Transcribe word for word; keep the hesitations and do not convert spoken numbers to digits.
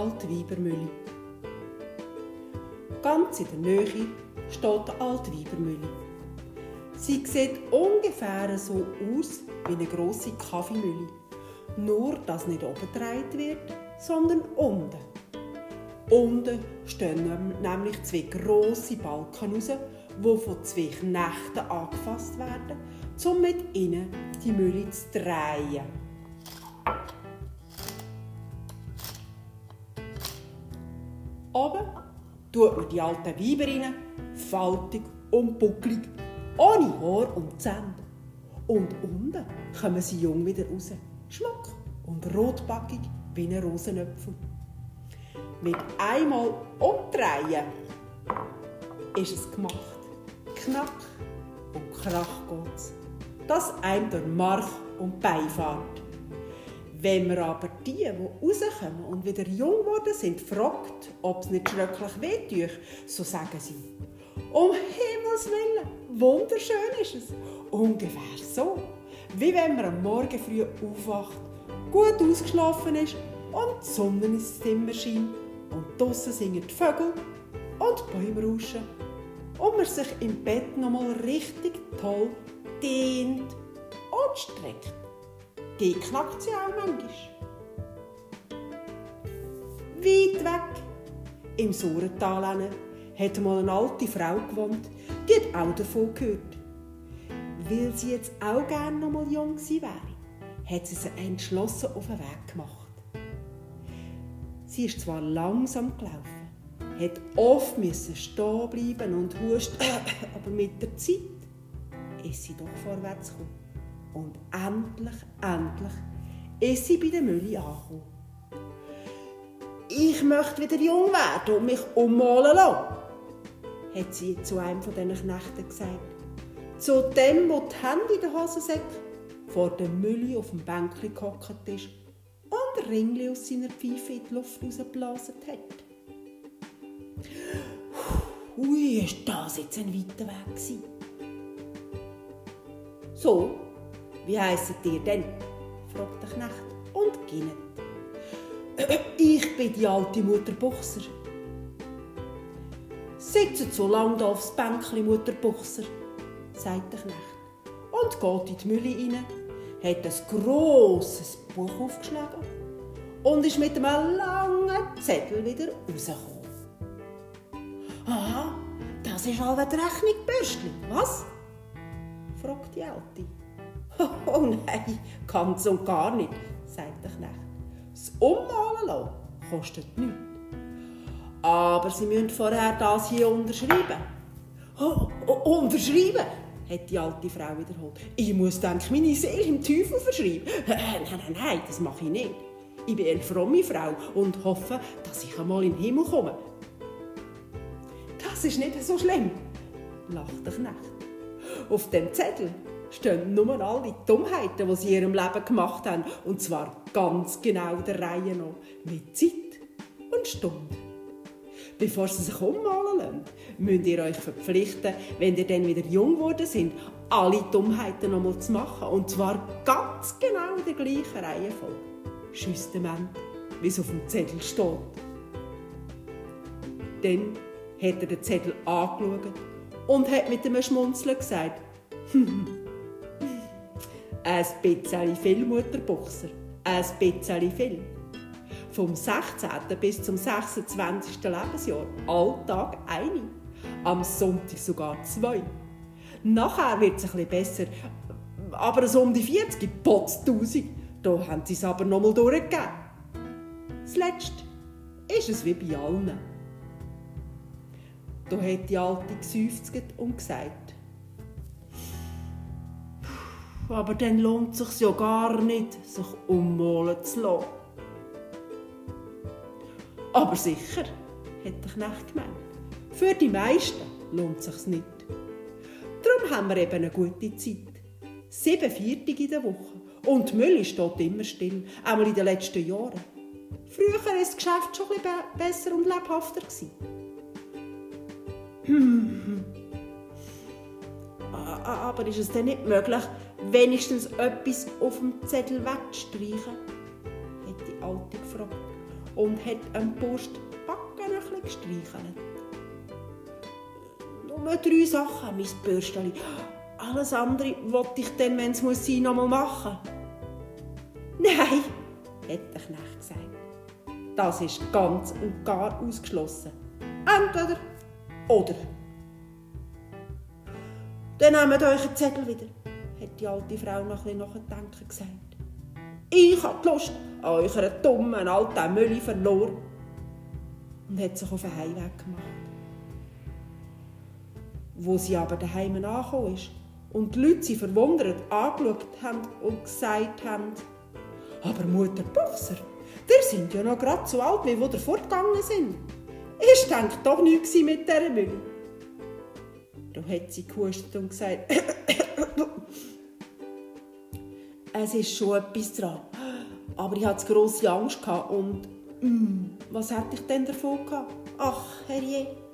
alte Weibermühle. Ganz in der Nähe steht eine alte Weibermühle. Sie sieht ungefähr so aus wie eine grosse Kaffeemühle. Nur, dass nicht oben gedreht wird, sondern unten. Unten stehen nämlich zwei grosse Balken raus, die von zwei Knechten angefasst werden, um mit ihnen die Mühle zu drehen. Oben tut man die alten Weiber rein, faltig und bucklig, ohne Haar und Zähne. Und unten kommen sie jung wieder raus, schmuck und rotbackig wie ein Rosenöpfel. Mit einmal umdrehen ist es gemacht. Knack und krach geht's, dass einem durch Mark und Bein fährt. Wenn man aber die, die rauskommen und wieder jung geworden sind, fragt, ob es nicht schrecklich wehtut, so sagen sie: um Himmels Willen, wunderschön ist es. Ungefähr so, wie wenn man am Morgen früh aufwacht, gut ausgeschlafen ist und die Sonne ins Zimmer scheint und draussen singen die Vögel und die Bäume rauschen und man sich im Bett noch mal richtig toll dehnt und streckt. Die knackt sie auch manchmal. Weit weg, im Sorental, hat mal eine alte Frau gewohnt, die hat auch davon gehört. Weil sie jetzt auch gerne noch mal jung gewesen wäre, hat sie sich entschlossen auf den Weg gemacht. Sie ist zwar langsam gelaufen, hat oft müssen stehen bleiben und husten, aber mit der Zeit ist sie doch vorwärts gekommen. Und endlich, endlich ist sie bei der Mühle angekommen. «Ich möchte wieder jung werden und mich ummalen lassen», hat sie zu einem von diesen Knechten gesagt. Zu dem, der die Hände in der Hosensäcke vor der Mühle auf dem Bänkchen gehockt ist und Ringli aus seiner Pfeife in die Luft rausgeblasen hat. Ui, ist das jetzt ein weiter Weg gewesen. «So, wie heisset ihr denn?» fragt der Knecht und ginnet. «Ich bin die alte Mutter Buchser.» «Sitzt so lang da aufs Bänkchen, Mutter Buchser», sagt der Knecht und geht in die Mühle rein, hat ein grosses Buch aufgeschlagen und ist mit einem langen Zettel wieder rausgekommen. «Aha, das ist all die Rechnung, Bürstli, was?» fragt die Alte. «Oh nein, ganz und gar nicht», sagt der Knecht. «Das Ummalen lassen kostet nichts. Aber Sie müssen vorher das hier unterschreiben.» «Oh, oh, unterschreiben?» hat die alte Frau wiederholt. «Ich muss, denke ich, meine Seele im Teufel verschreiben. Nein, nein, nein, das mache ich nicht. Ich bin eine fromme Frau und hoffe, dass ich einmal in den Himmel komme.» «Das ist nicht so schlimm», lacht der Knecht. «Auf dem Zettel stehen nur all die Dummheiten, die sie in ihrem Leben gemacht haben, und zwar ganz genau der Reihe nach, mit Zeit und Stunde. Bevor sie sich ummalen lassen, müsst ihr euch verpflichten, wenn ihr dann wieder jung geworden seid, alle Dummheiten nochmal zu machen, und zwar ganz genau in der gleichen Reihenfolge. Justement, wie es auf dem Zettel steht.» Dann hat er den Zettel angeschaut und hat mit einem Schmunzeln gesagt: «Ein bisschen viel, Mutter Buchser, ein bisschen viel. Vom sechzehnten bis zum sechsundzwanzigsten Lebensjahr alltag eine, am Sonntag sogar zwei. Nachher wird es ein bisschen besser, aber so um die vierzig, potztausend, da haben sie es aber noch mal durchgegeben. Zuletzt ist es wie bei allen.» Da hat die Alte geseufzt und gesagt: «Aber dann lohnt es sich ja gar nicht, sich ummalen zu lassen.» «Aber sicher», hat der Knecht gemeint, «für die meisten lohnt es sich nicht. Darum haben wir eben eine gute Zeit. Sieben Viertig in der Woche. Und die Mühle steht immer still, einmal in den letzten Jahren. Früher war das Geschäft schon ein bisschen besser und lebhafter. «Aber ist es denn nicht möglich, wenigstens etwas auf dem Zettel wegzustreichen?» hat die Alte gefragt. und hat am Burst die Backen ein bisschen gestreichelt. Nur drei Sachen, mein Bürsteli. Alles andere wollte ich dann, wenn es muss sein, noch mal machen. Nein, hat der Knecht gesagt. Das ist ganz und gar ausgeschlossen. Entweder oder. Dann nehmt euch einen Zettel wieder, hat die alte Frau noch ein bisschen nachdenken gesagt. Ich habe die Lust an euren dummen alten Mülli verloren. Und hat sich auf den Heimweg gemacht. Wo sie aber daheim angekommen ist und die Leute sie verwundert angeschaut haben und gesagt haben, aber Mutter Buchser, ihr sind ja noch gerade so alt, wie wo ihr fortgegangen sind. Ich denke doch nichts mit dieser Mühle. Da hat sie gehustet und gesagt, es ist schon etwas dran, aber ich hatte grosse Angst und mm, was hätte ich denn davon gehabt? Ach, herrje.